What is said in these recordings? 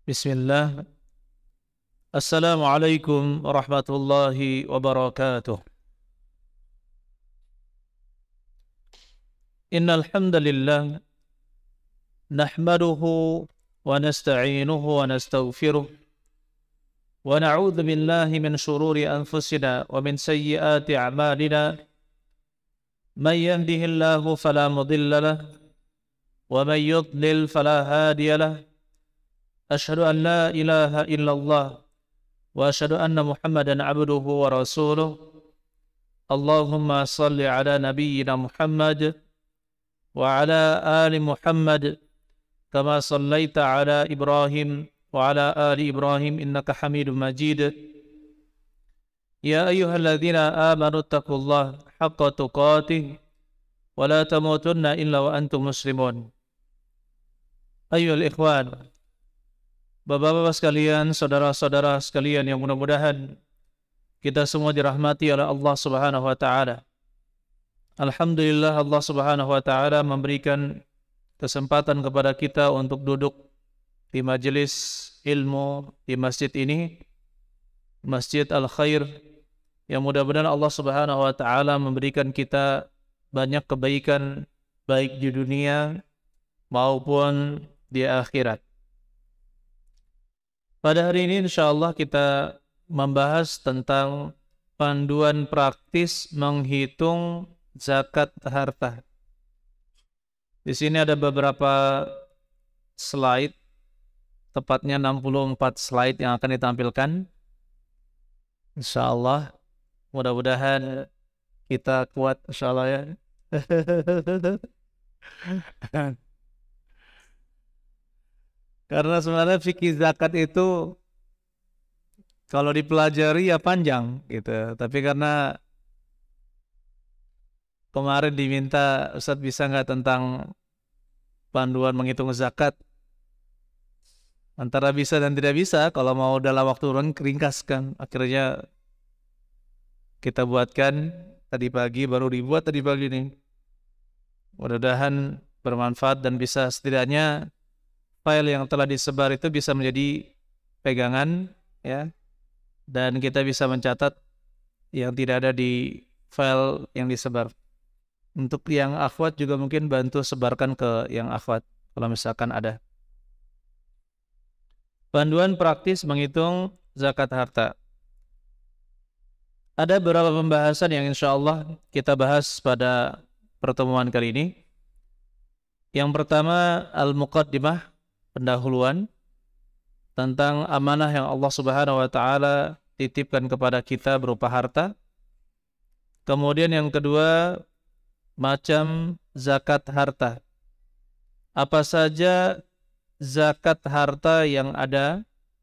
Bismillah. Assalamualaikum warahmatullahi wabarakatuh. Innal hamdalillah nahmaduhu wa nasta'inuhu wa nastaghfiruh wa na'udzu billahi min shururi anfusina wa min sayyiati a'malina. May yahdihillahu fala mudilla lahu wa may yudlil fala hadiya lahu. Asyhadu an la ilaha illallah wa asyhadu anna Muhammadan abduhu wa rasuluh. Allahumma salli ala nabiyyina Muhammad wa ala ali Muhammad kama sallaita ala Ibrahim wa ala ali Ibrahim innaka Hamidum Majid. Ya ayyuhalladzina amanu taqullaha haqqa tuqatih wa la tamutunna illa wa antum muslimun. Ayyuhal ikhwan, Bapak-bapak sekalian, saudara-saudara sekalian yang mudah-mudahan kita semua dirahmati oleh Allah Subhanahu wa taala. Alhamdulillah, Allah Subhanahu wa taala memberikan kesempatan kepada kita untuk duduk di majelis ilmu di masjid ini, Masjid Al-Khair, yang mudah-mudahan Allah Subhanahu wa taala memberikan kita banyak kebaikan baik di dunia maupun di akhirat. Pada hari ini insyaallah kita membahas tentang panduan praktis menghitung zakat harta. Di sini ada beberapa slide, tepatnya 64 slide yang akan ditampilkan. Insyaallah, mudah-mudahan kita kuat insyaallah ya. Karena sebenarnya fikih zakat itu kalau dipelajari ya panjang gitu. Tapi karena kemarin diminta Ustadz bisa nggak tentang panduan menghitung zakat, antara bisa dan tidak bisa. Kalau mau dalam waktu ringkaskan, akhirnya kita buatkan tadi pagi, baru dibuat tadi pagi nih. Mudah-mudahan bermanfaat dan bisa setidaknya file yang telah disebar itu bisa menjadi pegangan ya, dan kita bisa mencatat yang tidak ada di file yang disebar. Untuk yang akhwat juga mungkin bantu sebarkan ke yang akhwat kalau misalkan ada. Panduan praktis menghitung zakat harta. Ada beberapa pembahasan yang insyaallah kita bahas pada pertemuan kali ini. Yang pertama, al-muqaddimah, pendahuluan tentang amanah yang Allah Subhanahu wa taala titipkan kepada kita berupa harta. Kemudian yang kedua, macam zakat harta. Apa saja zakat harta yang ada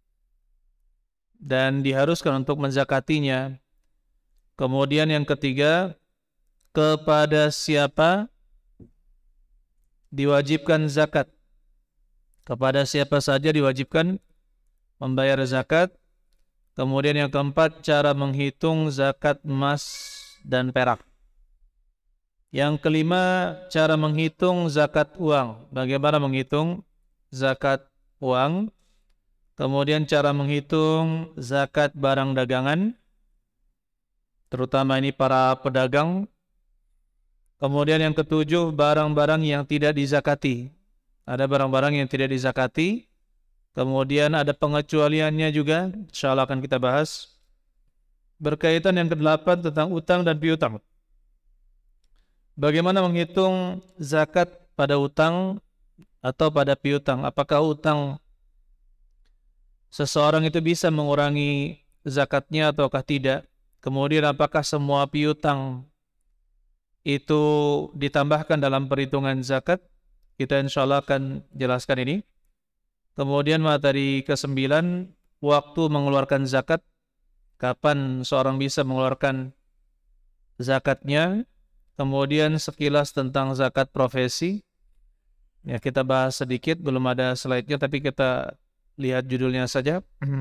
dan diharuskan untuk menzakatinya. Kemudian yang ketiga, kepada siapa diwajibkan zakat. Kepada siapa saja diwajibkan membayar zakat. Kemudian yang keempat, cara menghitung zakat emas dan perak. Yang kelima, cara menghitung zakat uang. Bagaimana menghitung zakat uang. Kemudian cara menghitung zakat barang dagangan, terutama ini para pedagang. Kemudian yang ketujuh, barang-barang yang tidak dizakati. Ada barang-barang yang tidak dizakati. Kemudian ada pengecualiannya juga, insyaallah akan kita bahas. Berkaitan yang kedelapan tentang utang dan piutang. Bagaimana menghitung zakat pada utang atau pada piutang? Apakah utang seseorang itu bisa mengurangi zakatnya ataukah tidak? Kemudian apakah semua piutang itu ditambahkan dalam perhitungan zakat? Kita insyaallah akan jelaskan ini. Kemudian materi ke-9, waktu mengeluarkan zakat. Kapan seorang bisa mengeluarkan zakatnya. Kemudian sekilas tentang zakat profesi. Ya, kita bahas sedikit, belum ada slide-nya tapi kita lihat judulnya saja.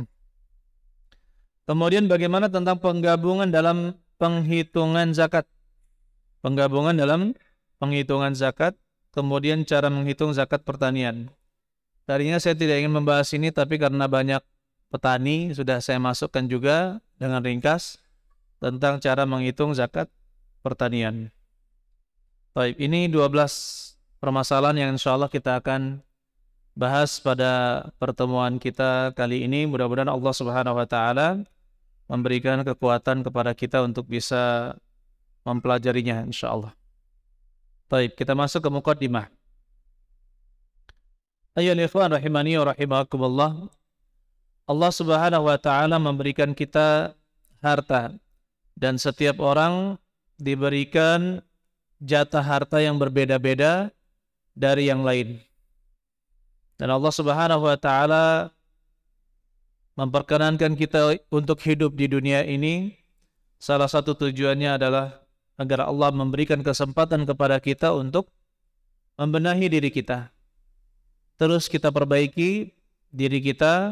Kemudian bagaimana tentang penggabungan dalam penghitungan zakat. Penggabungan dalam penghitungan zakat. Kemudian cara menghitung zakat pertanian. Tadinya saya tidak ingin membahas ini, tapi karena banyak petani sudah saya masukkan juga dengan ringkas tentang cara menghitung zakat pertanian. Baik, ini 12 permasalahan yang insya Allah kita akan bahas pada pertemuan kita kali ini. Mudah-mudahan Allah Subhanahu wa Ta'ala memberikan kekuatan kepada kita untuk bisa mempelajarinya insya Allah. Baik, kita masuk ke muqaddimah. Ayyuhal ikhwan rahimani wa rahimakumullah. Allah Subhanahu wa Ta'ala memberikan kita harta, dan setiap orang diberikan jatah harta yang berbeda-beda dari yang lain. Dan Allah Subhanahu wa Ta'ala memperkenankan kita untuk hidup di dunia ini. Salah satu tujuannya adalah agar Allah memberikan kesempatan kepada kita untuk membenahi diri kita. Terus kita perbaiki diri kita,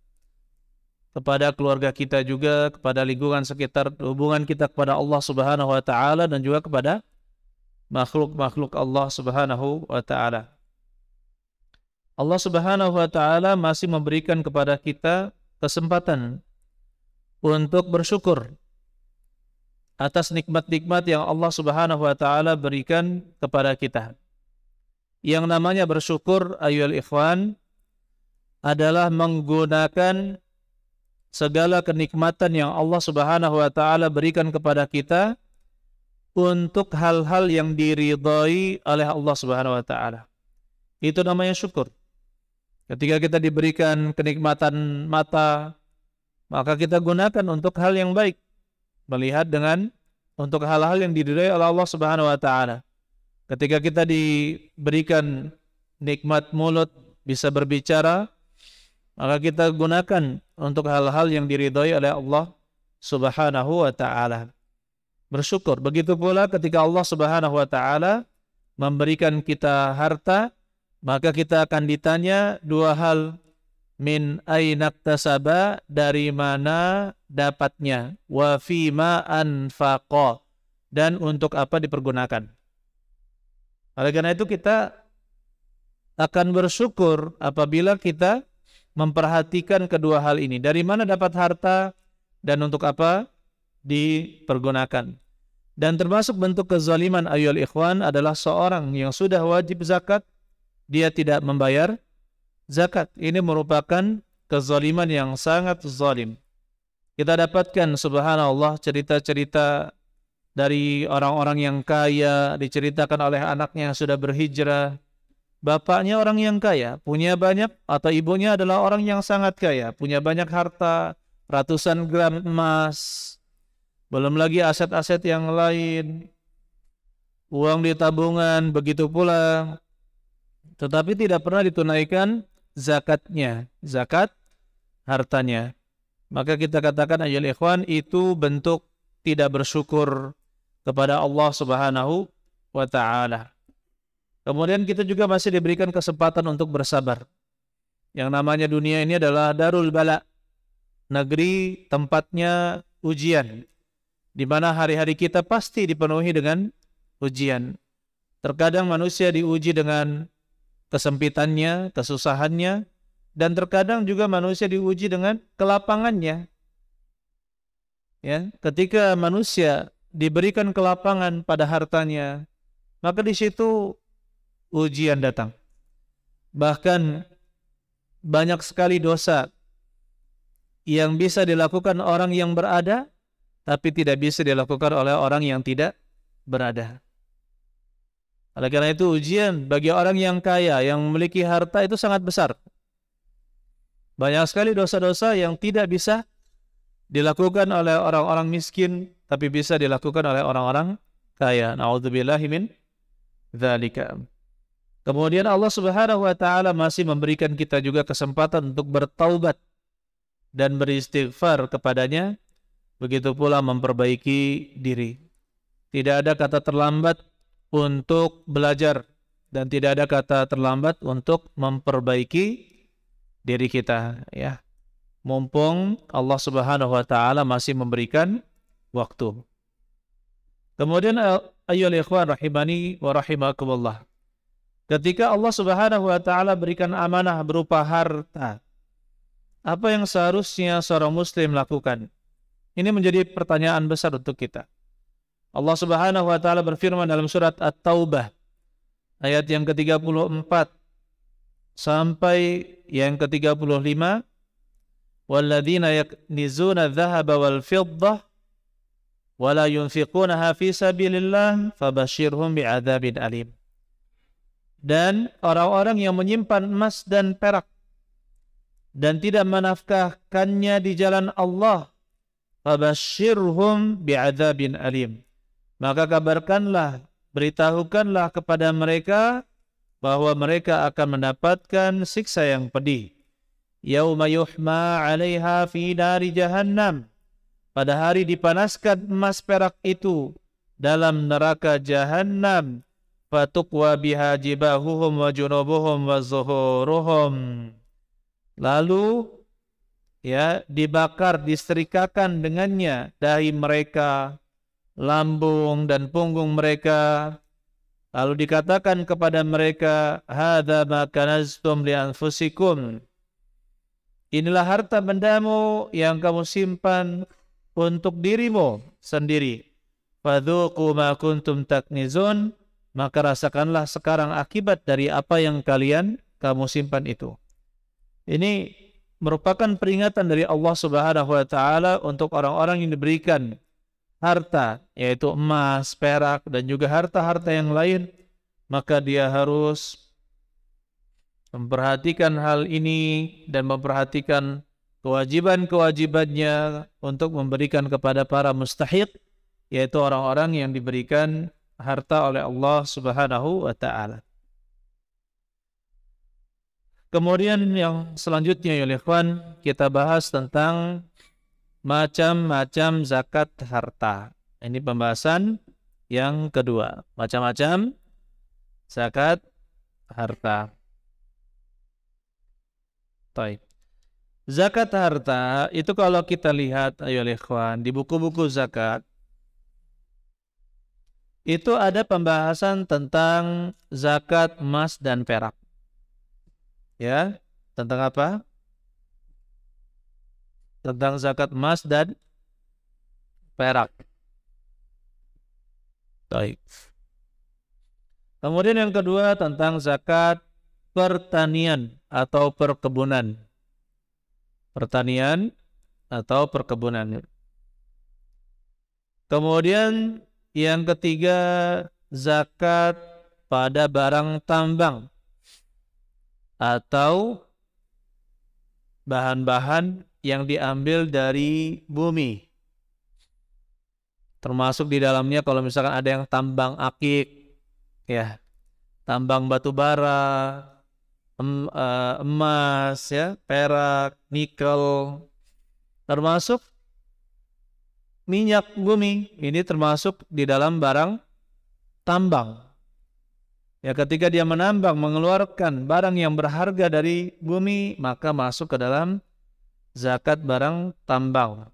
kepada keluarga kita juga, kepada lingkungan sekitar, hubungan kita kepada Allah Subhanahu wa Ta'ala, dan juga kepada makhluk-makhluk Allah Subhanahu wa Ta'ala. Allah Subhanahu wa Ta'ala masih memberikan kepada kita kesempatan untuk bersyukur atas nikmat-nikmat yang Allah Subhanahu wa Ta'ala berikan kepada kita. Yang namanya bersyukur, ayyuhal ikhwan, adalah menggunakan segala kenikmatan yang Allah Subhanahu wa Ta'ala berikan kepada kita untuk hal-hal yang diridhai oleh Allah Subhanahu wa Ta'ala. Itu namanya syukur. Ketika kita diberikan kenikmatan mata, maka kita gunakan untuk hal yang baik, melihat untuk hal-hal yang diridhai oleh Allah Subhanahu wa Ta'ala. Ketika kita diberikan nikmat mulut, bisa berbicara, maka kita gunakan untuk hal-hal yang diridhai oleh Allah Subhanahu wa Ta'ala. Bersyukur. Begitu pula ketika Allah Subhanahu wa Ta'ala memberikan kita harta, maka kita akan ditanya dua hal. Min ainaktasaba, dari mana dapatnya, wa fima anfaqa, dan untuk apa dipergunakan. Oleh karena itu kita akan bersyukur apabila kita memperhatikan kedua hal ini. Dari mana dapat harta dan untuk apa dipergunakan. Dan termasuk bentuk kezaliman ayyuhal ikhwan adalah seorang yang sudah wajib zakat, dia tidak membayar zakat. Ini merupakan kezaliman yang sangat zalim. Kita dapatkan subhanallah cerita-cerita dari orang-orang yang kaya, diceritakan oleh anaknya yang sudah berhijrah. Bapaknya orang yang kaya, punya banyak, atau ibunya adalah orang yang sangat kaya, punya banyak harta, ratusan gram emas, belum lagi aset-aset yang lain, uang di tabungan, begitu pula. Tetapi tidak pernah ditunaikan zakatnya, zakat hartanya. Maka kita katakan ayyuhal ikhwan, itu bentuk tidak bersyukur kepada Allah Subhanahu wa Ta'ala. Kemudian kita juga masih diberikan kesempatan untuk bersabar. Yang namanya dunia ini adalah darul bala, negeri tempatnya ujian, di mana hari-hari kita pasti dipenuhi dengan ujian. Terkadang manusia diuji dengan kesempitannya, kesusahannya, dan terkadang juga manusia diuji dengan kelapangannya. Ya, ketika manusia diberikan kelapangan pada hartanya, maka di situ ujian datang. Bahkan banyak sekali dosa yang bisa dilakukan orang yang berada, tapi tidak bisa dilakukan oleh orang yang tidak berada. Oleh karena itu ujian bagi orang yang kaya, yang memiliki harta itu sangat besar. Banyak sekali dosa-dosa yang tidak bisa dilakukan oleh orang-orang miskin, tapi bisa dilakukan oleh orang-orang kaya. Na'udzubillahi min dzalika. Kemudian Allah Subhanahu wa Ta'ala masih memberikan kita juga kesempatan untuk bertaubat dan beristighfar kepadanya, begitu pula memperbaiki diri. Tidak ada kata terlambat untuk belajar, dan tidak ada kata terlambat untuk memperbaiki diri kita, ya. Mumpung Allah Subhanahu wa Ta'ala masih memberikan waktu. Kemudian ayyuhal ikhwan rahimani wa rahimakumullah, Ketika Allah Subhanahu wa taala berikan amanah berupa harta, apa yang seharusnya seorang muslim lakukan? Ini menjadi pertanyaan besar untuk kita. Allah Subhanahu wa taala berfirman dalam surat At-Taubah ayat yang ke-34 sampai yang ke-35, walladzina yaknizuna adh-dhahaba wal fiddah wa la yunfiqunaha fi sabilillah fabashshirhum bi'adzabin alim. Dan orang-orang yang menyimpan emas dan perak dan tidak menafkahkannya di jalan Allah, fabashshirhum bi'adzabin alim. Maka kabarkanlah, beritahukanlah kepada mereka bahwa mereka akan mendapatkan siksa yang pedih. Yauma yuhma 'alaiha fi nari jahannam. Pada hari dipanaskan emas perak itu dalam neraka jahannam. Fatuqwa biha jibahuhum wa junubuhum wa zuhuruhum. Lalu dibakar, diserikakan dengannya dahi mereka, lambung dan punggung mereka. Lalu dikatakan kepada mereka, hadza ma kanaztum li anfusikum. Inilah harta bendamu yang kamu simpan untuk dirimu sendiri. Fadzuqu ma kuntum taknizun. Maka rasakanlah sekarang akibat dari apa yang kamu simpan itu. Ini merupakan peringatan dari Allah Subhanahu wa taala untuk orang-orang yang diberikan harta, yaitu emas, perak, dan juga harta-harta yang lain. Maka dia harus memperhatikan hal ini dan memperhatikan kewajiban-kewajibannya untuk memberikan kepada para mustahiq, yaitu orang-orang yang diberikan harta oleh Allah Subhanahu wa taala. Kemudian yang selanjutnya ya ikhwan, kita bahas tentang macam-macam zakat harta. Ini pembahasan yang kedua, macam-macam zakat harta. Baik. Zakat harta itu kalau kita lihat ayo ikhwan di buku-buku zakat, itu ada pembahasan tentang zakat emas dan perak. Ya, tentang apa? Tentang zakat emas dan perak. Baik. Kemudian yang kedua tentang zakat pertanian atau perkebunan. Pertanian atau perkebunan. Kemudian yang ketiga, zakat pada barang tambang atau bahan-bahan yang diambil dari bumi. Termasuk di dalamnya kalau misalkan ada yang tambang akik, ya, tambang batu bara, emas, ya, perak, nikel, termasuk minyak bumi, ini termasuk di dalam barang tambang. Ya, ketika dia menambang, mengeluarkan barang yang berharga dari bumi, maka masuk ke dalam zakat barang tambang.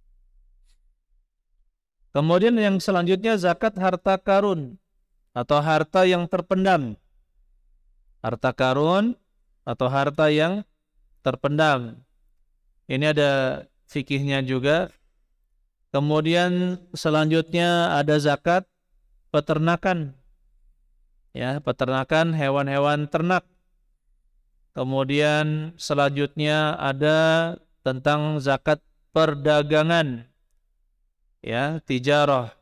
Kemudian yang selanjutnya zakat harta karun atau harta yang terpendam. Harta karun atau harta yang terpendam. Ini ada fikihnya juga. Kemudian selanjutnya ada zakat peternakan. Ya, peternakan hewan-hewan ternak. Kemudian selanjutnya ada tentang zakat perdagangan. Ya, tijarah.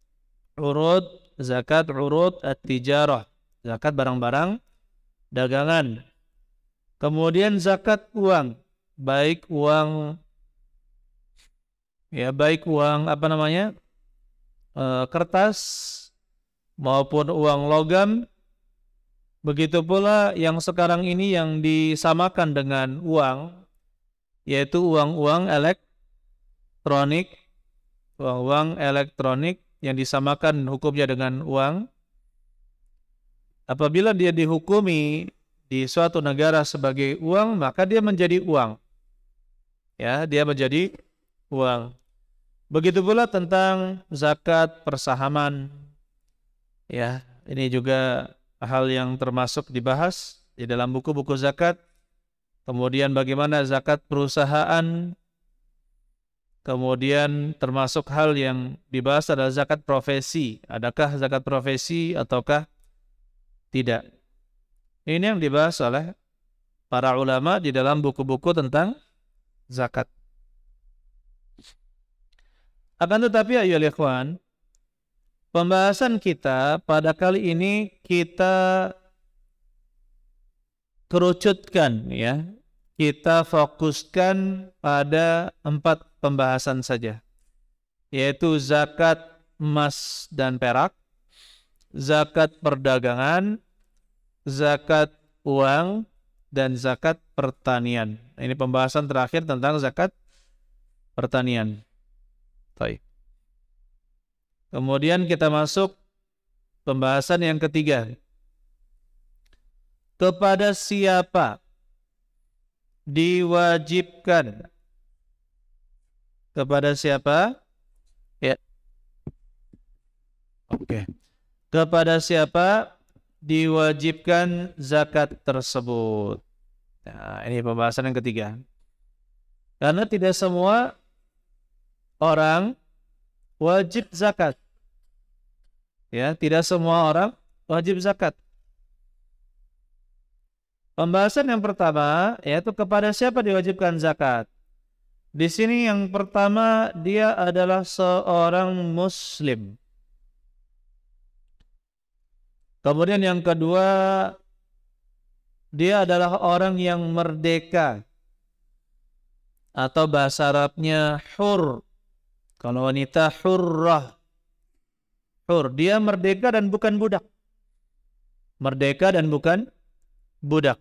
Zakat urud at-tijarah. Zakat barang-barang dagangan. Kemudian zakat uang, baik uang kertas maupun uang logam. Begitu pula yang sekarang ini yang disamakan dengan uang, yaitu uang-uang elektronik. Uang-uang elektronik yang disamakan hukumnya dengan uang. Apabila dia dihukumi di suatu negara sebagai uang, maka dia menjadi uang. Ya, dia menjadi uang. Begitu pula tentang zakat persahaman. Ya, ini juga hal yang termasuk dibahas di dalam buku-buku zakat. Kemudian bagaimana zakat perusahaan. Kemudian termasuk hal yang dibahas adalah zakat profesi. Adakah zakat profesi ataukah tidak? Ini yang dibahas oleh para ulama di dalam buku-buku tentang zakat. Akan tetapi ayolah ikhwan, pembahasan kita pada kali ini kita kerucutkan ya. Kita fokuskan pada 4 pembahasan saja, yaitu zakat emas dan perak, zakat perdagangan, zakat uang, dan zakat pertanian. Ini pembahasan terakhir tentang zakat pertanian. Baik. Kemudian kita masuk pembahasan yang ketiga. Kepada siapa diwajibkan? Kepada siapa? Ya. Oke. Kepada siapa diwajibkan zakat tersebut? Nah, ini pembahasan yang ketiga. Karena tidak semua orang wajib zakat. Ya, tidak semua orang wajib zakat. Pembahasan yang pertama yaitu kepada siapa diwajibkan zakat. Di sini yang pertama dia adalah seorang muslim. Kemudian yang kedua dia adalah orang yang merdeka atau bahasa Arabnya hur. Kalau wanita hurrah. Hur, dia merdeka dan bukan budak. Merdeka dan bukan budak.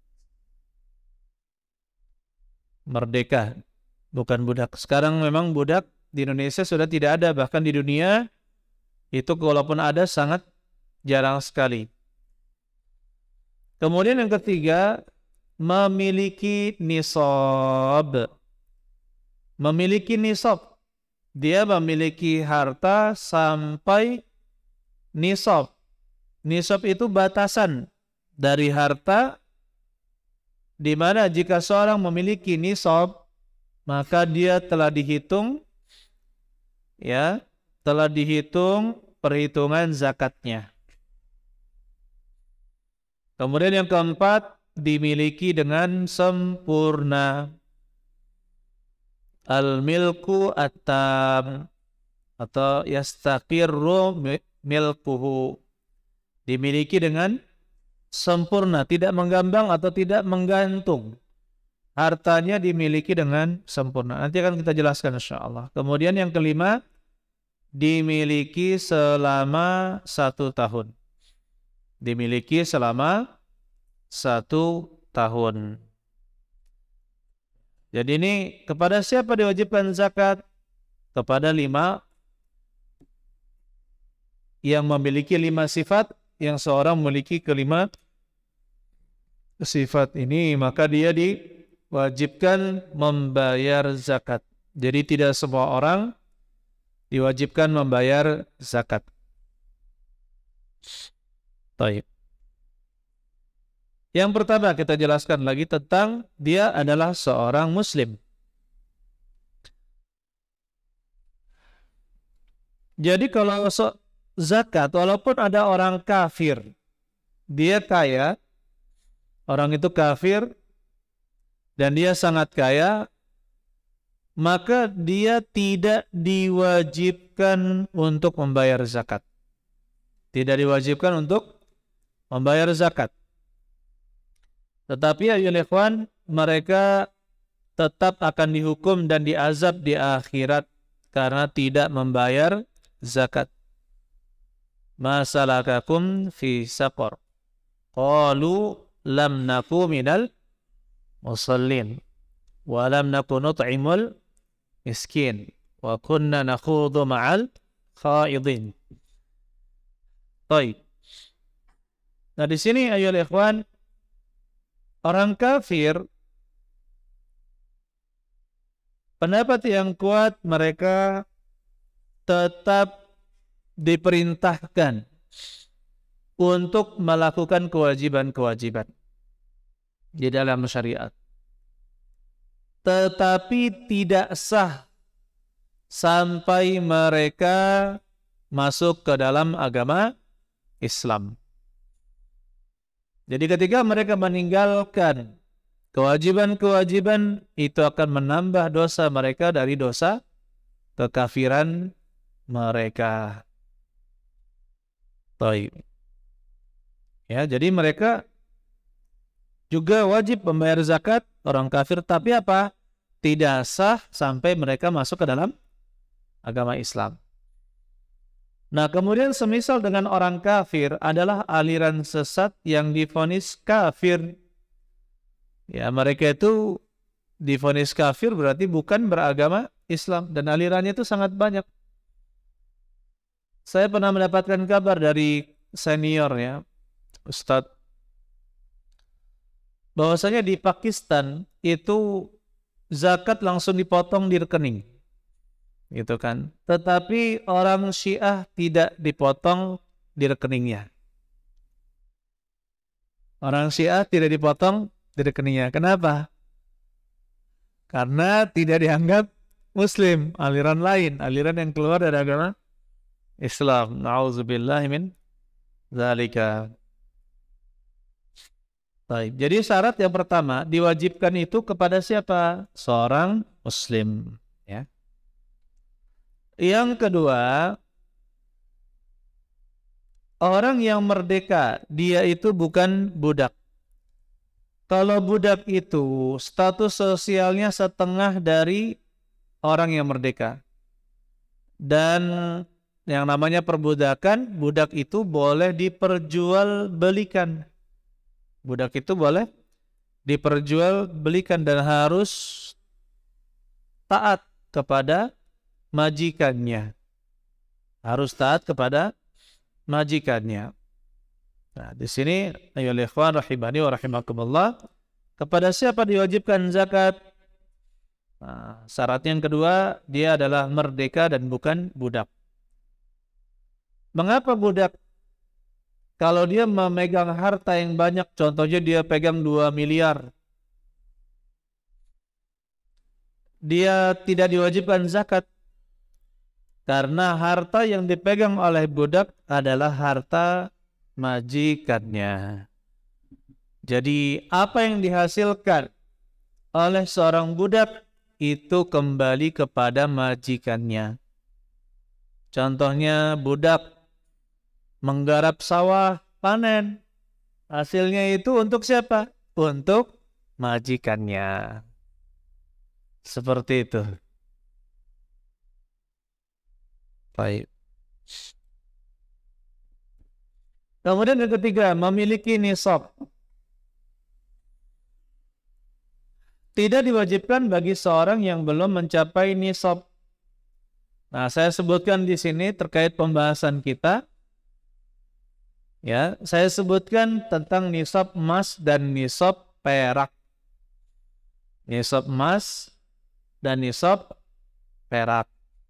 Merdeka, bukan budak. Sekarang memang budak di Indonesia sudah tidak ada. Bahkan di dunia itu walaupun ada sangat jarang sekali. Kemudian yang ketiga, memiliki nisab. Memiliki nisab. Dia memiliki harta sampai nisab. Nisab itu batasan dari harta, di mana jika seorang memiliki nisab, maka dia telah dihitung, ya, telah dihitung perhitungan zakatnya. Kemudian yang keempat, dimiliki dengan sempurna. Al-milku at-tam atau yastaqirru milkuhu. Dimiliki dengan sempurna, tidak menggambang atau tidak menggantung. Hartanya dimiliki dengan sempurna. Nanti akan kita jelaskan insyaallah. Kemudian yang kelima, dimiliki selama 1 tahun. Dimiliki selama 1 tahun. Jadi ini kepada siapa diwajibkan zakat? Kepada 5 yang memiliki 5 sifat. Yang seorang memiliki kelima sifat ini, maka dia diwajibkan membayar zakat. Jadi tidak semua orang diwajibkan membayar zakat. Baik. Yang pertama kita jelaskan lagi tentang dia adalah seorang muslim. Jadi kalau zakat, walaupun ada orang kafir, dia kaya, orang itu kafir, dan dia sangat kaya, maka dia tidak diwajibkan untuk membayar zakat. Tidak diwajibkan untuk membayar zakat. Tetapi ayolah ikhwan, mereka tetap akan dihukum dan diazab di akhirat karena tidak membayar zakat. Ma salakakum fi saqar? Qalu lam naku minal musallin wa lam naku nut'imul miskin wa kunna nakhudhu ma'al khaidin. Baik. Nah di sini ayolah ikhwan, orang kafir, pendapat yang kuat mereka tetap diperintahkan untuk melakukan kewajiban-kewajiban di dalam syariat. Tetapi tidak sah sampai mereka masuk ke dalam agama Islam. Jadi ketika mereka meninggalkan kewajiban-kewajiban, itu akan menambah dosa mereka dari dosa kekafiran mereka. Baik. Ya, jadi mereka juga wajib membayar zakat orang kafir, tapi apa? Tidak sah sampai mereka masuk ke dalam agama Islam. Nah, kemudian semisal dengan orang kafir adalah aliran sesat yang divonis kafir. Ya, mereka itu divonis kafir berarti bukan beragama Islam, dan alirannya itu sangat banyak. Saya pernah mendapatkan kabar dari senior ya, Ustadz, bahwasanya di Pakistan itu zakat langsung dipotong di rekening, gitu kan. Tetapi orang Syiah tidak dipotong di rekeningnya. Orang Syiah tidak dipotong di rekeningnya. Kenapa? Karena tidak dianggap Muslim, aliran lain, aliran yang keluar dari agama Islam. Na'udzubillahi min dzalika. Baik, jadi syarat yang pertama diwajibkan itu kepada siapa? Seorang Muslim. Ya. Yang kedua, orang yang merdeka, dia itu bukan budak. Kalau budak itu status sosialnya setengah dari orang yang merdeka. Dan yang namanya perbudakan, budak itu boleh diperjualbelikan. Budak itu boleh diperjualbelikan dan harus taat kepada majikannya. Harus taat kepada majikannya. Nah, di sini ayolah ikhwan rahimani wa rahimakumullah, kepada siapa diwajibkan zakat? Nah, syaratnya yang kedua, dia adalah merdeka dan bukan budak. Mengapa budak? Kalau dia memegang harta yang banyak, contohnya dia pegang 2 miliar, dia tidak diwajibkan zakat. Karena harta yang dipegang oleh budak adalah harta majikannya. Jadi apa yang dihasilkan oleh seorang budak itu kembali kepada majikannya. Contohnya budak menggarap sawah, panen. Hasilnya itu untuk siapa? Untuk majikannya. Seperti itu. Baik. Kemudian yang ketiga, memiliki nisab. Tidak diwajibkan bagi seorang yang belum mencapai nisab. Nah, saya sebutkan di sini terkait pembahasan kita. Ya, saya sebutkan tentang nisab emas dan nisab perak. Nisab emas dan nisab perak.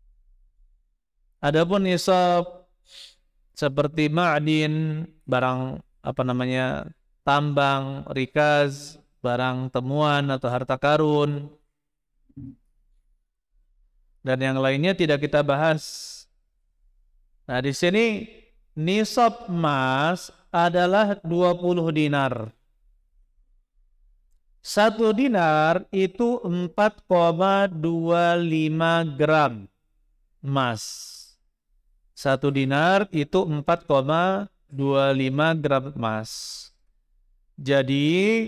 Adapun nisab seperti ma'din, barang tambang, rikaz, barang temuan atau harta karun, dan yang lainnya tidak kita bahas. Nah, di sini nisab emas adalah 20 dinar. 1 dinar itu 4,25 gram emas. 1 dinar itu 4,25 gram emas. Jadi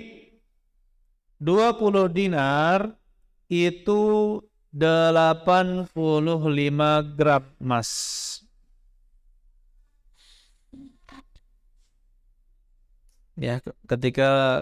20 dinar itu 85 gram emas. Ya, ketika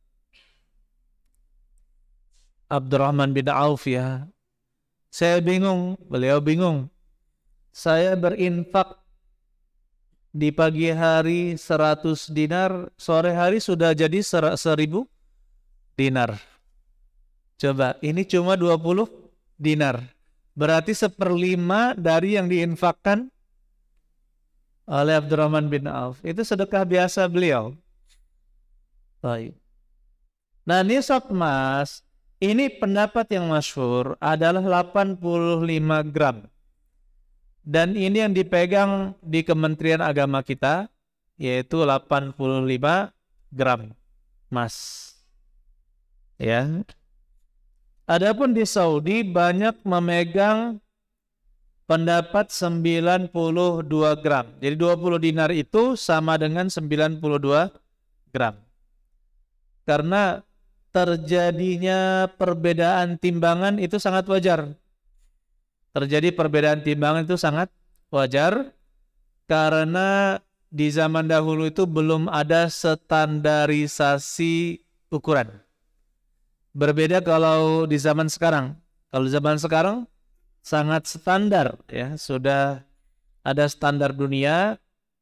Abdurrahman bin Auf ya, saya bingung, beliau bingung. Saya berinfak di pagi hari 100 dinar, sore hari sudah jadi 1000 dinar. Coba, ini cuma 20 dinar. Berarti 1/5 dari yang diinfakkan oleh Abdurrahman bin Auf. Itu sedekah biasa beliau. Baik. Nah, nisab emas ini pendapat yang masyhur adalah 85 gram. Dan ini yang dipegang di Kementerian Agama kita, yaitu 85 gram emas. Ya. Adapun di Saudi banyak memegang pendapat 92 gram. Jadi 20 dinar itu sama dengan 92 gram. Karena terjadinya perbedaan timbangan itu sangat wajar. Terjadi perbedaan timbangan itu sangat wajar karena di zaman dahulu itu belum ada standarisasi ukuran. Berbeda kalau di zaman sekarang. Kalau zaman sekarang sangat standar, ya, sudah ada standar dunia.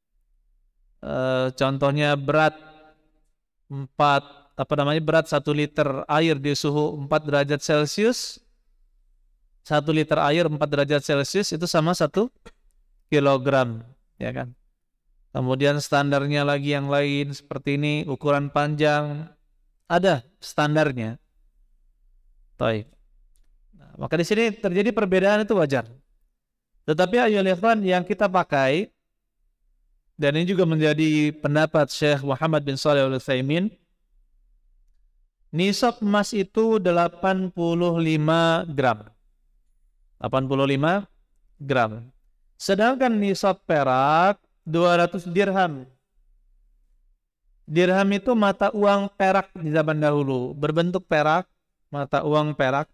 Contohnya berat 1 liter air di suhu 4 derajat Celcius. 1 liter air 4 derajat Celcius itu sama 1 kilogram, ya kan? Kemudian standarnya lagi yang lain seperti ini, ukuran panjang, ada standarnya. Baik. Nah, maka di sini terjadi perbedaan itu wajar. Tetapi ayolah ikhwan, yang kita pakai, dan ini juga menjadi pendapat Syekh Muhammad bin Shalih Al-Utsaimin, nisab emas itu 85 gram. 85 gram. Sedangkan nisab perak 200 dirham. Dirham itu mata uang perak di zaman dahulu, berbentuk perak, mata uang perak.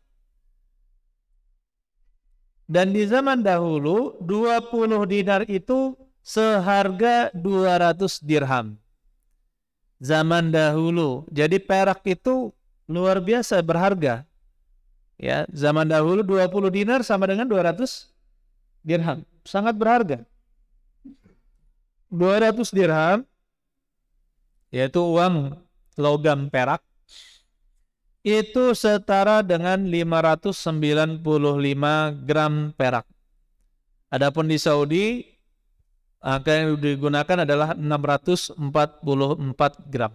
Dan di zaman dahulu 20 dinar itu seharga 200 dirham. Zaman dahulu. Jadi perak itu luar biasa berharga. Ya, zaman dahulu 20 dinar sama dengan 200 dirham. Sangat berharga. 200 dirham yaitu uang logam perak itu setara dengan 595 gram perak. Adapun di Saudi angka yang digunakan adalah 644 gram.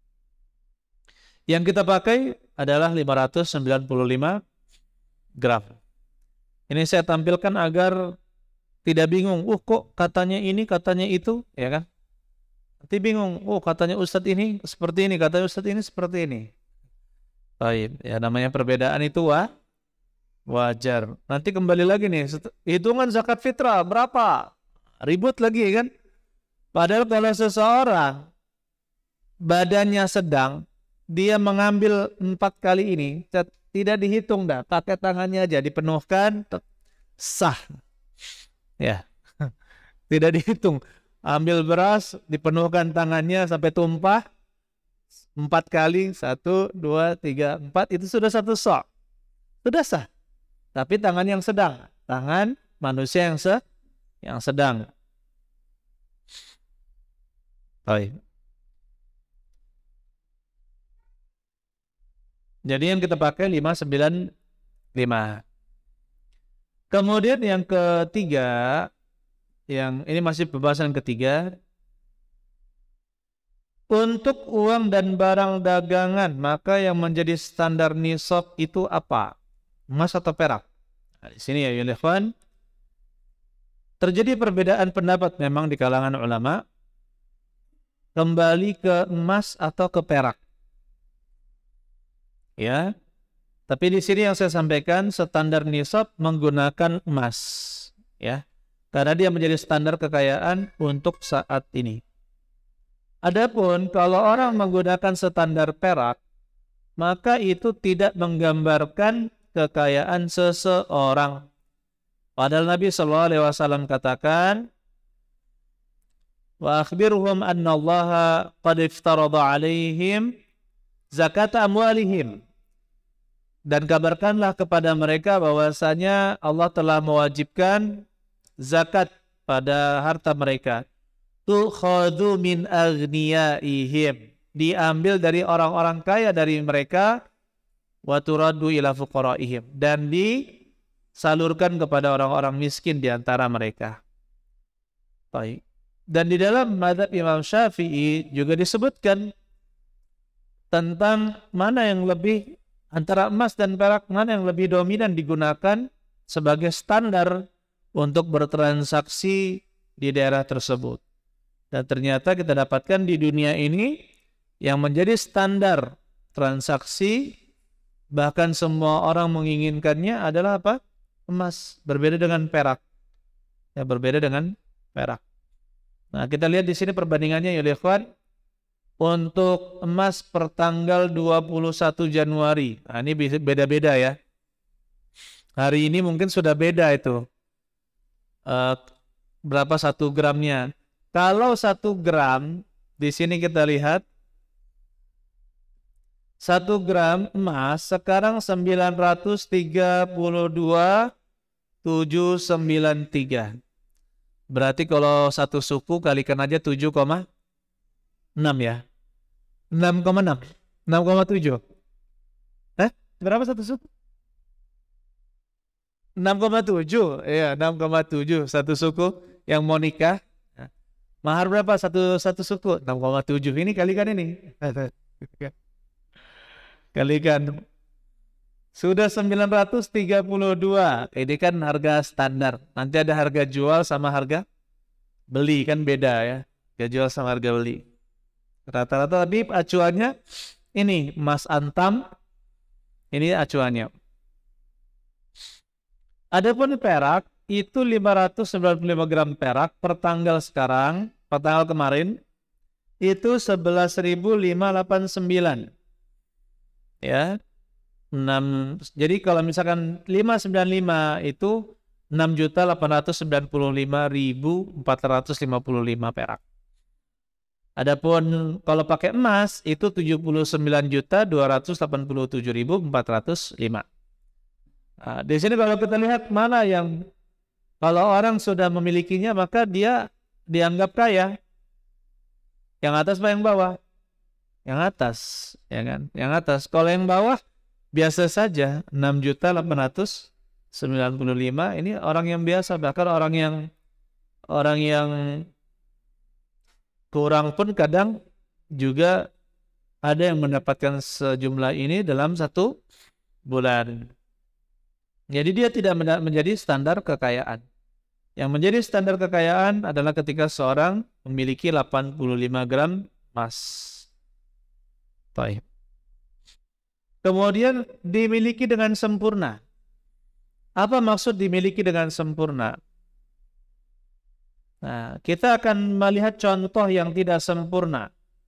Yang kita pakai adalah 595 gram. Ini saya tampilkan agar tidak bingung. Kok katanya ini, katanya itu, ya kan? Nanti bingung. Katanya Ustadz ini seperti ini, katanya Ustadz ini seperti ini. Baik, ya namanya perbedaan itu wajar. Nanti kembali lagi nih, hitungan zakat fitrah berapa? Ribut lagi, kan? Padahal kalau seseorang badannya sedang, dia mengambil 4 kali ini, tidak dihitung dah, pakai tangannya aja dipenuhkan, sah. Ya, tidak dihitung. Ambil beras, dipenuhkan tangannya sampai tumpah, 4 kali, 1, 2, 3, 4, itu sudah 1 sok. Sudah sah. Tapi tangan yang sedang, tangan manusia yang sedang. Baik. Jadi yang kita pakai 595. Kemudian yang ketiga, yang ini masih pembahasan ketiga, untuk uang dan barang dagangan, maka yang menjadi standar nisab itu apa? Emas atau perak? Nah, di sini ya ikhwan, terjadi perbedaan pendapat memang di kalangan ulama, kembali ke emas atau ke perak. Ya, tapi di sini yang saya sampaikan standar nisab menggunakan emas, ya, karena dia menjadi standar kekayaan untuk saat ini. Adapun kalau orang menggunakan standar perak, maka itu tidak menggambarkan kekayaan seseorang. Padahal Nabi SAW katakan, wa akhbirhum anna Allaha qad iftarada alaihim zakat amwalihim. Dan kabarkanlah kepada mereka bahwasanya Allah telah mewajibkan zakat pada harta mereka. Tukhadhu min aghniyaihim, diambil dari orang-orang kaya dari mereka, wa turaddu ila fuqaraihim, dan disalurkan kepada orang-orang miskin di antara mereka. Baik. Dan di dalam mazhab Imam Syafi'i juga disebutkan tentang mana yang lebih, antara emas dan perak, mana yang lebih dominan digunakan sebagai standar untuk bertransaksi di daerah tersebut. Dan ternyata kita dapatkan di dunia ini yang menjadi standar transaksi, bahkan semua orang menginginkannya adalah apa? Emas, berbeda dengan perak. Ya, berbeda dengan perak. Nah, kita lihat di sini perbandingannya ya ikhwan. Untuk emas per tanggal 21 Januari. Nah, ini beda-beda ya. Hari ini mungkin sudah beda itu. Berapa 1 gramnya. Kalau 1 gram, di sini kita lihat 1 gram emas sekarang 932.793. Berarti kalau satu suku kalikan aja 7,6 ya. 6,6. 6,7. Berapa satu suku? 6,7. Iya, 6,7 satu suku yang mau nikah. Mahar berapa satu suku? 6,7. Ini kalikan ini. Kalikan. Sudah 932. Ini kan harga standar. Nanti ada harga jual sama harga beli, kan beda ya. Harga jual sama harga beli. Rata-rata tapi acuannya ini emas antam. Ini acuannya. Adapun perak itu 595 gram perak per tanggal sekarang, per tanggal kemarin itu 11.589. Ya. 6, jadi kalau misalkan 595 itu 6.895.455 perak. Adapun kalau pakai emas itu 79.287.405. Nah, di sini kalau kita lihat mana yang kalau orang sudah memilikinya maka dia dianggap kaya. Yang atas apa yang bawah? Yang atas, ya kan? Yang atas. Kalau yang bawah biasa saja 6.895 ini orang yang biasa, bahkan orang yang kurang pun kadang juga ada yang mendapatkan sejumlah ini dalam 1 bulan. Jadi dia tidak menjadi standar kekayaan. Yang menjadi standar kekayaan adalah ketika seorang memiliki 85 gram emas. Baik. Kemudian dimiliki dengan sempurna. Apa maksud dimiliki dengan sempurna? Nah, kita akan melihat contoh yang tidak sempurna.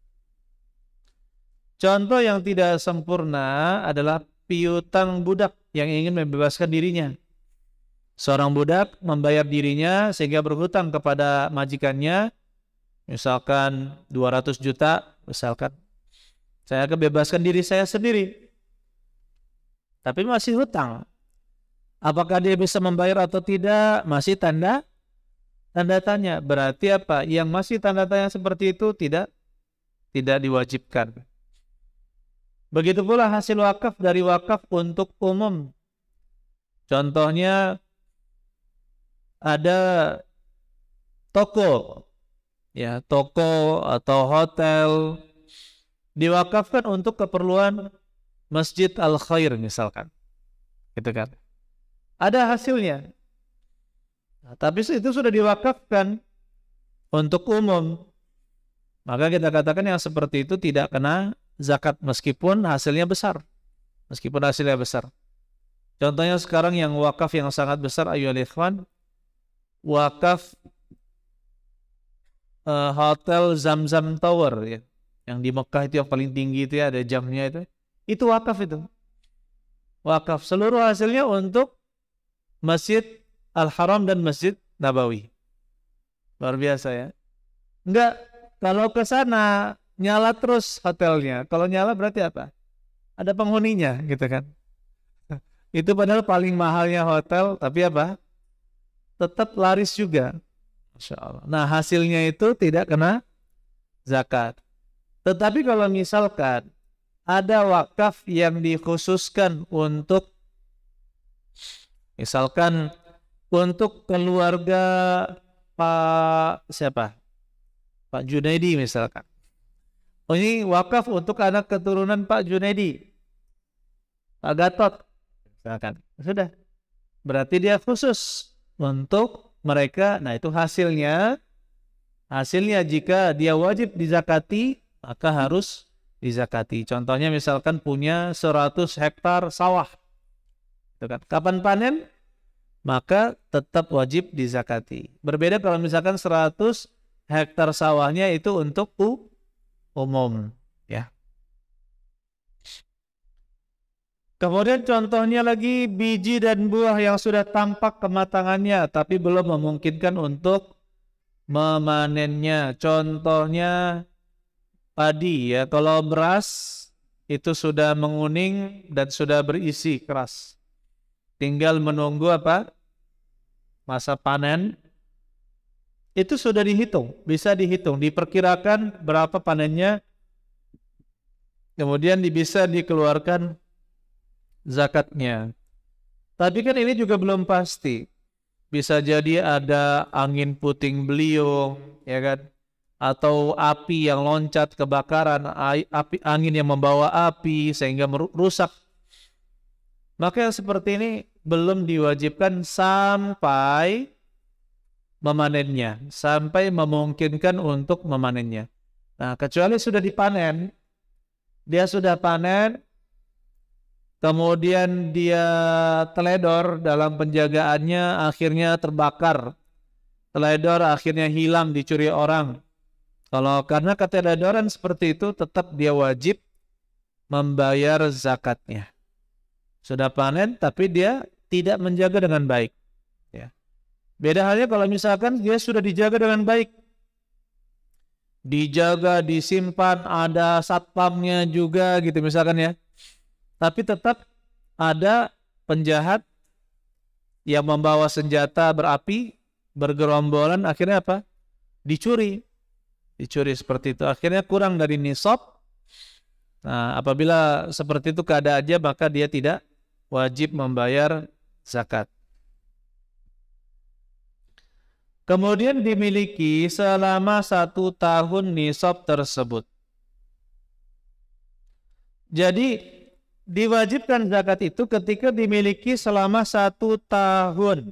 Contoh yang tidak sempurna adalah piutang budak yang ingin membebaskan dirinya. Seorang budak membayar dirinya sehingga berhutang kepada majikannya, misalkan 200 juta, misalkan. Saya akan bebaskan diri saya sendiri. Tapi masih hutang. Apakah dia bisa membayar atau tidak? Masih tanda tanya. Berarti apa? Yang masih tanda tanya seperti itu tidak diwajibkan. Begitu pula hasil wakaf dari wakaf untuk umum. Contohnya ada toko, ya, toko atau hotel diwakafkan untuk keperluan Masjid Al-Khair misalkan. Gitu kan. Ada hasilnya. Nah, tapi itu sudah diwakafkan untuk umum. Maka kita katakan yang seperti itu tidak kena zakat meskipun hasilnya besar. Meskipun hasilnya besar. Contohnya sekarang yang wakaf yang sangat besar ayyuhal ikhwan, wakaf Hotel Zamzam Tower ya. Yang di Mekah itu yang paling tinggi itu ya, ada jamnya itu. Itu wakaf itu. Wakaf. Seluruh hasilnya untuk Masjid Al-Haram dan Masjid Nabawi. Luar biasa ya. Enggak, kalau ke sana nyala terus hotelnya. Kalau nyala berarti apa? Ada penghuninya gitu kan. Itu padahal paling mahalnya hotel, tapi apa? Tetap laris juga. Masya Allah. Nah, hasilnya itu tidak kena zakat. Tetapi kalau misalkan ada wakaf yang dikhususkan untuk misalkan untuk keluarga Pak siapa? Pak Junaidi misalkan. Oh, ini wakaf untuk anak keturunan Pak Junaidi, Pak Gatot misalkan. Sudah. Berarti dia khusus untuk mereka. Nah, itu hasilnya jika dia wajib dizakati, maka harus dizakati. Contohnya misalkan punya 100 hektar sawah. Itu kan. Kapan panen? Maka tetap wajib dizakati. Berbeda kalau misalkan 100 hektar sawahnya itu untuk umum, ya. Kemudian contohnya lagi biji dan buah yang sudah tampak kematangannya tapi belum memungkinkan untuk memanennya. Contohnya padi, ya. Kalau beras itu sudah menguning dan sudah berisi keras. Tinggal menunggu apa? Masa panen. Itu sudah dihitung, bisa dihitung, diperkirakan berapa panennya. Kemudian bisa dikeluarkan zakatnya. Tapi kan ini juga belum pasti. Bisa jadi ada angin puting beliung, ya kan? Atau api yang loncat, kebakaran, angin yang membawa api sehingga merusak. Maka yang seperti ini belum diwajibkan sampai memanennya, sampai memungkinkan untuk memanennya. Nah, kecuali sudah dipanen, dia sudah panen, kemudian dia teledor dalam penjagaannya, akhirnya terbakar. Teledor akhirnya hilang, dicuri orang. Kalau karena keteledoran seperti itu, tetap dia wajib membayar zakatnya. Sudah panen, tapi dia tidak menjaga dengan baik. Ya. Beda halnya kalau misalkan dia sudah dijaga dengan baik. Dijaga, disimpan, ada satpamnya juga gitu misalkan, ya. Tapi tetap ada penjahat yang membawa senjata berapi, bergerombolan, akhirnya apa? Dicuri. Dicuri seperti itu. Akhirnya kurang dari nisab. Nah, apabila seperti itu keadaannya, maka dia tidak wajib membayar zakat. Kemudian dimiliki selama 1 tahun nisab tersebut. Jadi diwajibkan zakat itu ketika dimiliki selama 1 tahun.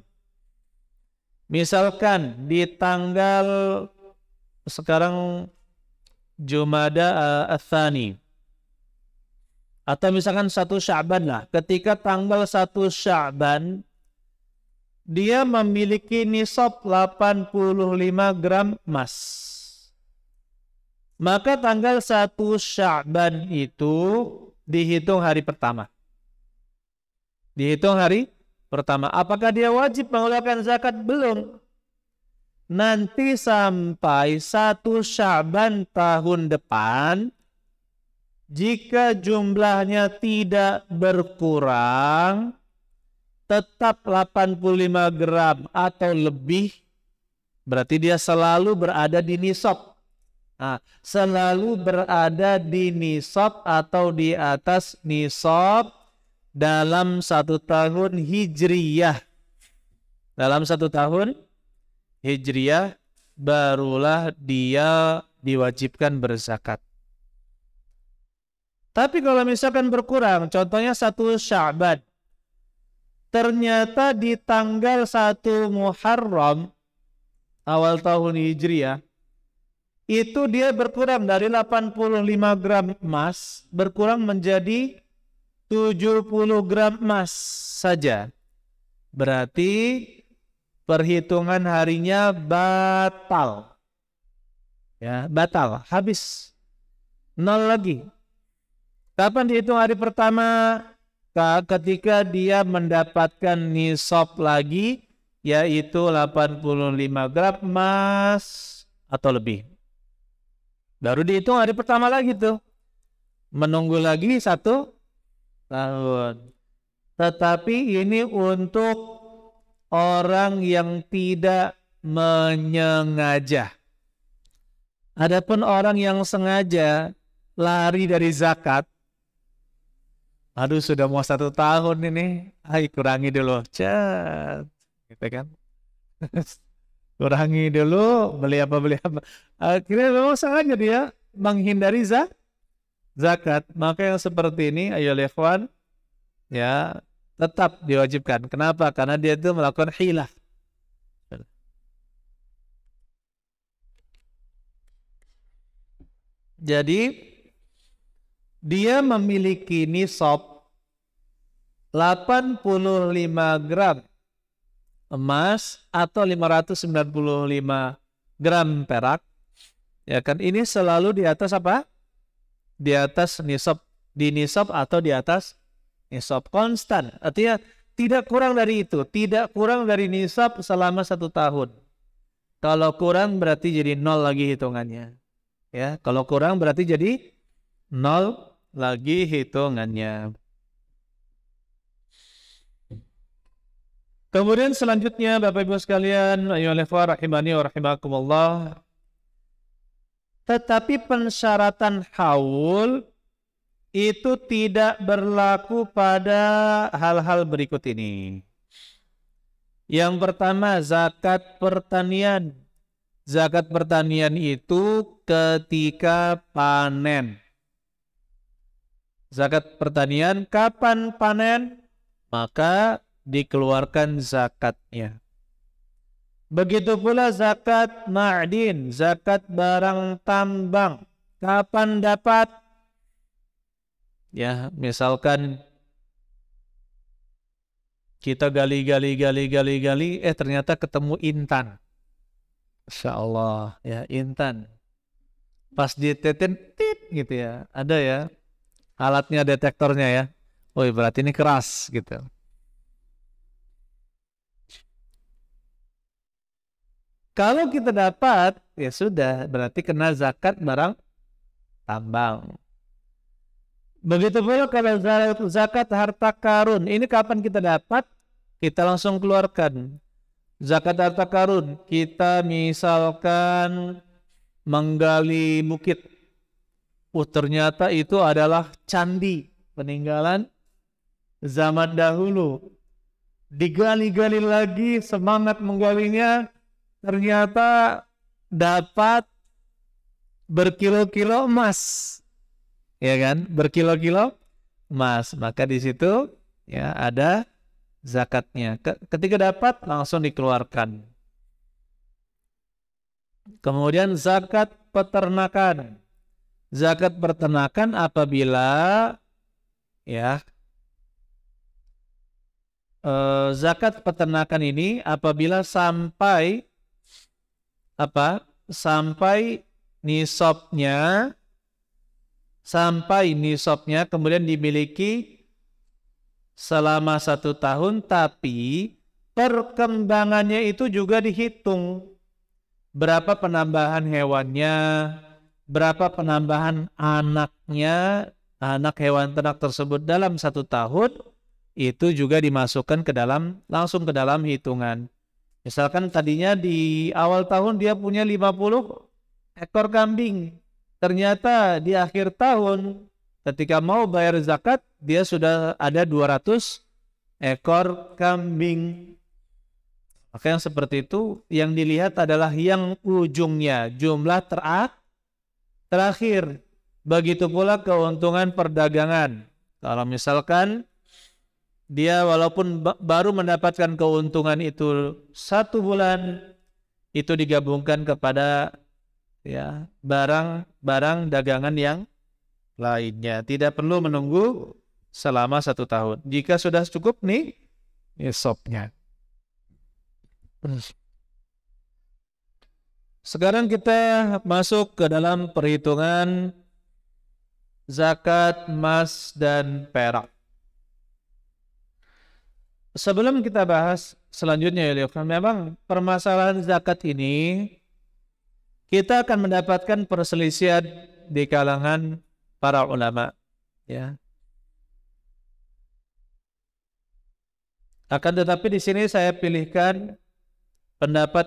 Misalkan di tanggal sekarang Jumada Ats-Tsani, atau misalkan 1 Sya'ban lah. Ketika tanggal 1 Sya'ban dia memiliki nisab 85 gram emas. Maka tanggal 1 Sya'ban itu dihitung hari pertama. Dihitung hari pertama. Apakah dia wajib mengeluarkan zakat? Belum. Nanti sampai 1 Sya'ban tahun depan, jika jumlahnya tidak berkurang, tetap 85 gram atau lebih, berarti dia selalu berada di nisab. Nah, selalu berada di nisab atau di atas nisab dalam 1 tahun hijriyah. Dalam 1 tahun hijriyah barulah dia diwajibkan berzakat. Tapi kalau misalkan berkurang, contohnya 1 Sya'ban, ternyata di tanggal 1 Muharram, awal tahun Hijriah, itu dia berkurang dari 85 gram emas, berkurang menjadi 70 gram emas saja. Berarti perhitungan harinya batal. Ya, batal, habis. 0 lagi. Kapan dihitung hari pertama? Ketika dia mendapatkan nisab lagi, yaitu 85 gram emas atau lebih. Baru dihitung hari pertama lagi tuh. Menunggu lagi 1 tahun. Tetapi ini untuk orang yang tidak menyengaja. Adapun orang yang sengaja lari dari zakat, aduh sudah mau 1 tahun ini, kurangi dulu, cet, gitu kan. Kurangi dulu, beli apa. Akhirnya memang sengaja dia menghindari zakat. Maka yang seperti ini, ayo ikhwan, ya tetap diwajibkan. Kenapa? Karena dia itu melakukan hilah. Jadi dia memiliki nisab 85 gram emas atau 595 gram perak. Ya kan, ini selalu di atas apa? Di atas nisab, di nisab atau di atas nisab konstan. Artinya tidak kurang dari itu, tidak kurang dari nisab selama 1 tahun. Kalau kurang berarti jadi 0 lagi hitungannya. Ya, kalau kurang berarti jadi 0 lagi hitungannya. Kemudian selanjutnya Bapak Ibu sekalian, ayyuhal ikhwah rahimani wa rahimakumullah. Tetapi pensyaratan haul itu tidak berlaku pada hal-hal berikut ini. Yang pertama, zakat pertanian. Zakat pertanian itu ketika panen. Zakat pertanian kapan panen, maka dikeluarkan zakatnya. Begitu pula zakat ma'din, zakat barang tambang. Kapan dapat? Ya, misalkan kita gali, ternyata ketemu intan. Insya Allah, ya intan. Pas ditetin, tit gitu ya. Ada ya alatnya, detektornya ya. Oh, berarti ini keras gitu. Kalau kita dapat, ya sudah, berarti kena zakat barang tambang. Begitu pula kalau zakat harta karun. Ini kapan kita dapat? Kita langsung keluarkan. Zakat harta karun, kita misalkan menggali bukit. Ternyata itu adalah candi peninggalan zaman dahulu. Digali-gali lagi, semangat menggalinya, ternyata dapat berkilo-kilo emas. Ya kan? Berkilo-kilo emas. Maka di situ ya ada zakatnya. Ketika dapat langsung dikeluarkan. Kemudian zakat peternakan. Zakat peternakan apabila ya zakat peternakan ini apabila sampai apa? Sampai nisabnya kemudian dimiliki selama 1 tahun, tapi perkembangannya itu juga dihitung. Berapa penambahan hewannya, berapa penambahan anaknya, anak hewan ternak tersebut dalam 1 tahun, itu juga dimasukkan langsung ke dalam hitungan. Misalkan tadinya di awal tahun dia punya 50 ekor kambing. Ternyata di akhir tahun ketika mau bayar zakat, dia sudah ada 200 ekor kambing. Maka yang seperti itu yang dilihat adalah yang ujungnya, jumlah terakhir. Begitu pula keuntungan perdagangan. Kalau misalkan dia walaupun baru mendapatkan keuntungan itu 1 bulan, itu digabungkan kepada ya barang dagangan yang lainnya. Tidak perlu menunggu selama 1 tahun. Jika sudah cukup nih nisabnya. Sekarang kita masuk ke dalam perhitungan zakat emas dan perak. Sebelum kita bahas selanjutnya ya, memang permasalahan zakat ini kita akan mendapatkan perselisihan di kalangan para ulama, ya. Akan tetapi di sini saya pilihkan pendapat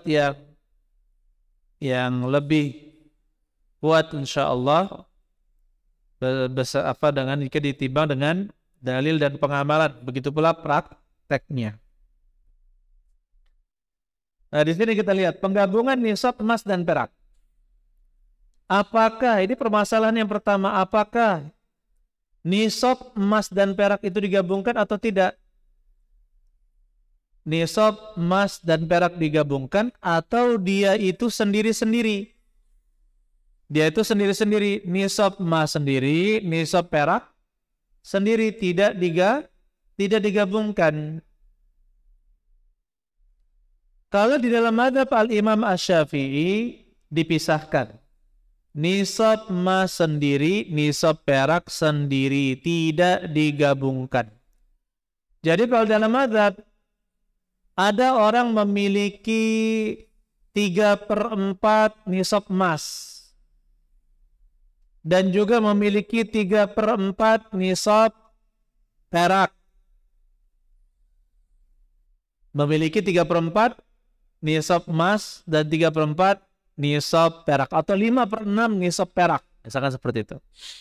yang lebih kuat insyaallah dengan jika ditimbang dengan dalil dan pengamalan, begitu pula prakteknya. Nah, di sini kita lihat penggabungan nisab emas dan perak. Apakah ini permasalahan yang pertama, apakah nisab emas dan perak itu digabungkan atau tidak? Nisab emas dan perak digabungkan atau dia itu sendiri-sendiri? Dia itu sendiri-sendiri, nisab emas sendiri, nisab perak sendiri, tidak digabungkan. Kalau di dalam mazhab Al-Imam Asy-Syafi'i dipisahkan. Nisab emas sendiri, nisab perak sendiri, tidak digabungkan. Jadi kalau dalam mazhab ada orang memiliki 3/4 nisab emas dan juga memiliki 3/4 nisab perak. Memiliki 3/4 nisab emas dan 3/4 nisab perak atau 5/6 nisab perak, misalkan seperti itu.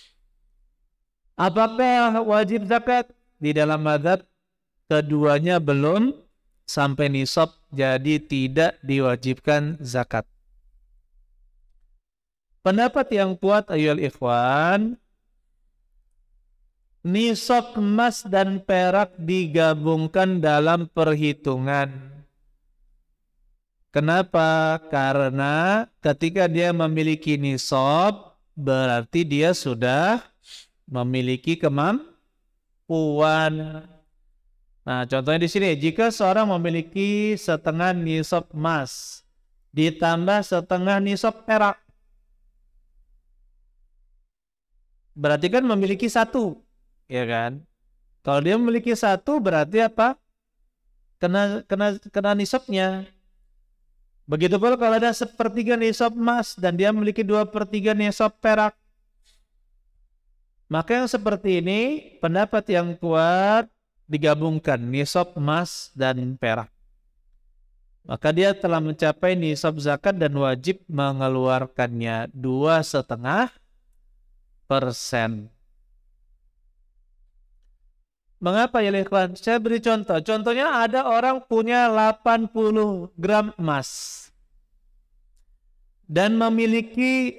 Apakah wajib zakat? Di dalam mazhab keduanya belum sampai nisab, jadi tidak diwajibkan zakat. Pendapat yang kuat ayyuhal ikhwan, nisab emas dan perak digabungkan dalam perhitungan. Kenapa? Karena ketika dia memiliki nisab, berarti dia sudah memiliki kemampuan. Nah, contohnya di sini, jika seorang memiliki setengah nisab emas, ditambah setengah nisab perak, berarti kan memiliki satu, ya kan? Kalau dia memiliki satu, berarti apa? Kena nisabnya. Begitu pula kalau ada 1/3 nisab emas dan dia memiliki 2/3 nisab perak. Maka yang seperti ini pendapat yang kuat digabungkan nisab emas dan perak. Maka dia telah mencapai nisab zakat dan wajib mengeluarkannya 2,5%. Mengapa ya ikhwan? Saya beri contoh. Contohnya ada orang punya 80 gram emas dan memiliki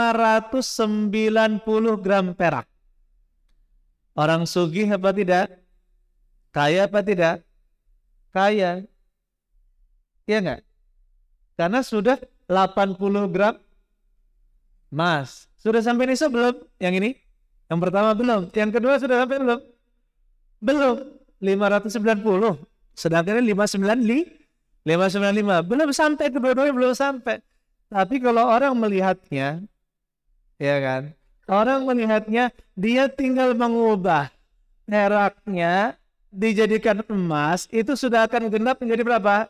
590 gram perak. Orang sugih apa tidak? Kaya apa tidak? Kaya. Iya enggak? Karena sudah 80 gram emas. Sudah sampai nisab belum? Yang ini? Yang pertama belum. Yang kedua sudah sampai belum? Belum. 590. Sedangkan 595. Belum sampai, kedua-duanya belum sampai. Tapi kalau orang melihatnya, ya kan? Orang melihatnya, dia tinggal mengubah peraknya dijadikan emas, itu sudah akan genap menjadi berapa?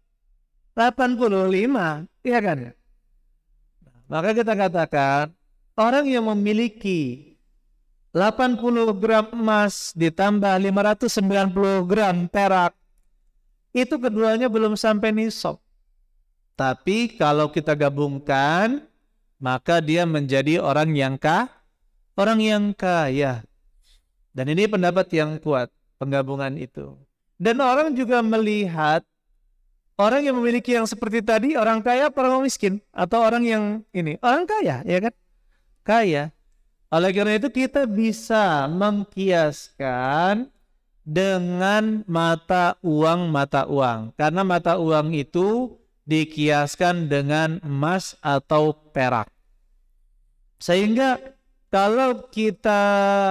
85, iya kan? Maka kita katakan, orang yang memiliki 80 gram emas ditambah 590 gram perak, itu keduanya belum sampai nisab. Tapi kalau kita gabungkan, maka dia menjadi orang yang kaya. Dan ini pendapat yang kuat, penggabungan itu. Dan orang juga melihat orang yang memiliki yang seperti tadi, orang kaya, orang miskin, atau orang yang ini, orang kaya, ya kan? Kaya. Oleh karena itu kita bisa mengkiaskan dengan mata uang. Karena mata uang itu dikiaskan dengan emas atau perak. Sehingga kalau kita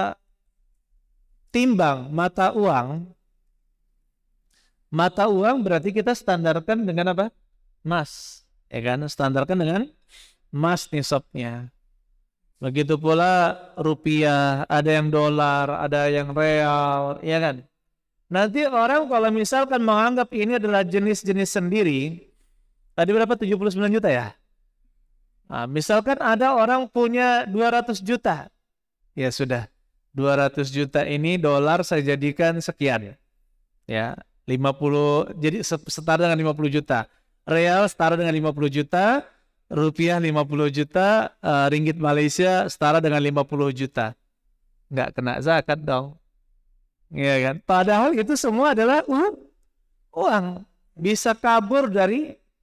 timbang mata uang berarti kita standarkan dengan apa? Emas. Ya kan? Standarkan dengan emas nisabnya. Begitu pula rupiah, ada yang dolar, ada yang real, ya kan? Nanti orang kalau misalkan menganggap ini adalah jenis-jenis sendiri, tadi berapa? 79 juta ya? Nah, misalkan ada orang punya 200 juta, ya sudah, 200 juta ini dolar saya jadikan sekian, ya, 50, jadi setara dengan 50 juta, real setara dengan 50 juta, rupiah 50 juta, ringgit Malaysia setara dengan 50 juta. Nggak kena zakat dong. Ya kan? Padahal itu semua adalah uang. Bisa kabur dari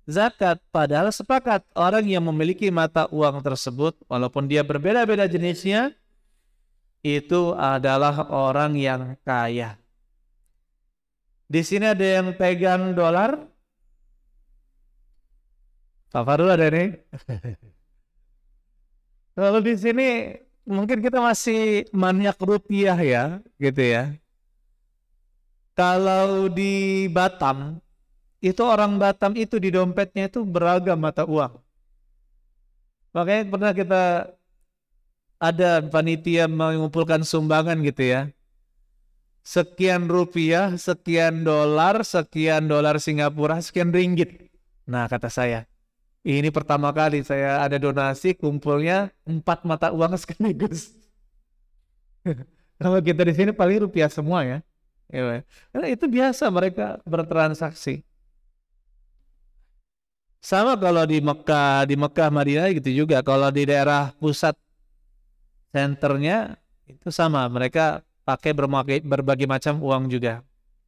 zakat. Padahal sepakat orang yang memiliki mata uang tersebut, walaupun dia berbeda-beda jenisnya, itu adalah orang yang kaya. Di sini ada yang pegang dolar. Pak Farul ada nih. Kalau di sini mungkin kita masih maniak rupiah ya, gitu ya. Kalau di Batam, itu orang Batam itu di dompetnya itu beragam mata uang. Makanya pernah kita ada panitia mengumpulkan sumbangan gitu ya. Sekian rupiah, sekian dolar Singapura, sekian ringgit. Nah, kata saya, ini pertama kali saya ada donasi kumpulnya 4 mata uang sekaligus. Kalau kita di sini paling rupiah semua ya. Karena itu biasa mereka bertransaksi. Sama kalau di Mekah Madinah gitu juga. Kalau di daerah pusat senternya itu sama, mereka pakai berbagai macam uang juga.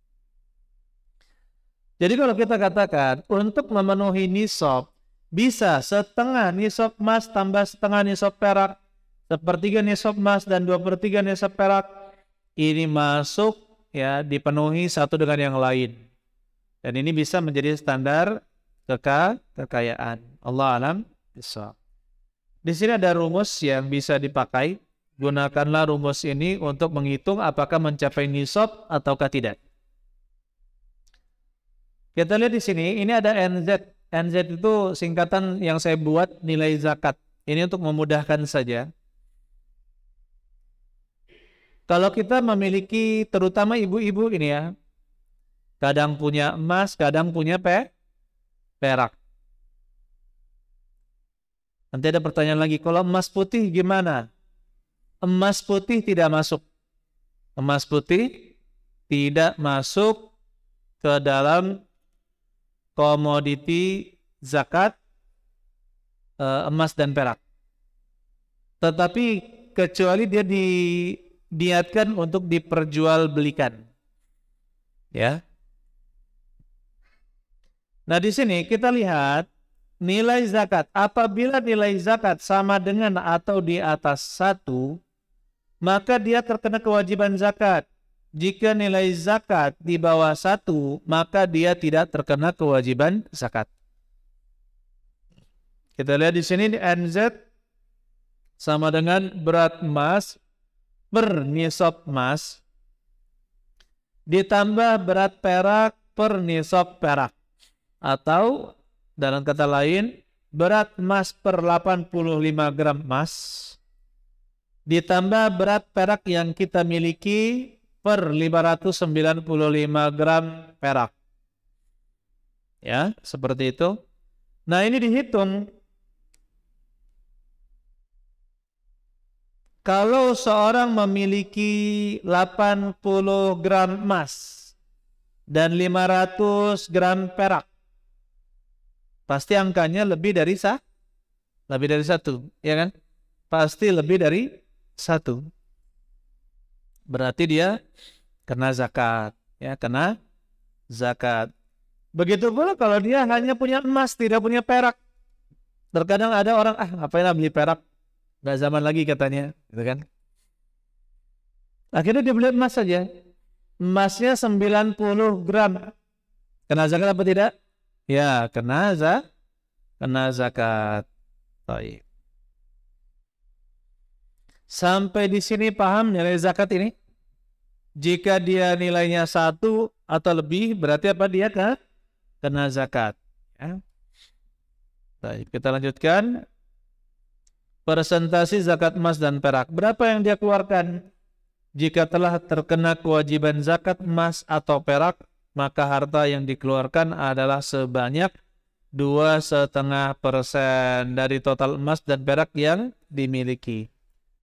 Jadi kalau kita katakan untuk memenuhi nisab, bisa setengah nisab emas tambah setengah nisab perak, sepertiga nisab emas dan 2/3 nisab perak, ini masuk ya, dipenuhi satu dengan yang lain. Dan ini bisa menjadi standar kekayaan. Allah alam bisawab. Di sini ada rumus yang bisa dipakai. Gunakanlah rumus ini untuk menghitung apakah mencapai nisab ataukah tidak. Kita lihat di sini, ini ada NZ. NZ itu singkatan yang saya buat nilai zakat. Ini untuk memudahkan saja. Kalau kita memiliki, terutama ibu-ibu ini ya, kadang punya emas, kadang punya perak. Nanti ada pertanyaan lagi, kalau emas putih gimana? Emas putih tidak masuk. Emas putih tidak masuk ke dalam komoditi zakat emas dan perak. Tetapi kecuali dia diniatkan untuk diperjualbelikan. Ya. Nah, di sini kita lihat nilai zakat. Apabila nilai zakat sama dengan atau di atas 1, maka dia terkena kewajiban zakat. Jika nilai zakat di bawah 1, maka dia tidak terkena kewajiban zakat. Kita lihat di sini NZ sama dengan berat emas per nisab emas ditambah berat perak per nisab perak. Atau dalam kata lain, berat emas per 85 gram emas ditambah berat perak yang kita miliki per 595 gram perak. Ya, seperti itu. Nah, ini dihitung. Kalau seorang memiliki 80 gram emas dan 500 gram perak, pasti angkanya lebih dari 1, ya kan? Pasti lebih dari 1. Berarti dia kena zakat, ya, kena zakat. Begitu pula kalau dia hanya punya emas, tidak punya perak. Terkadang ada orang, ngapain beli perak? Nggak zaman lagi katanya, gitu kan? Akhirnya dia beli emas saja. Emasnya 90 gram. Kena zakat apa tidak? Ya, kena zakat. Baik. Sampai di sini paham nilai zakat ini? Jika dia nilainya 1 atau lebih, berarti apa? Dia kena zakat. Ya. Baik, kita lanjutkan. Persentase zakat emas dan perak. Berapa yang dia keluarkan? Jika telah terkena kewajiban zakat emas atau perak, maka harta yang dikeluarkan adalah sebanyak 2,5% dari total emas dan perak yang dimiliki.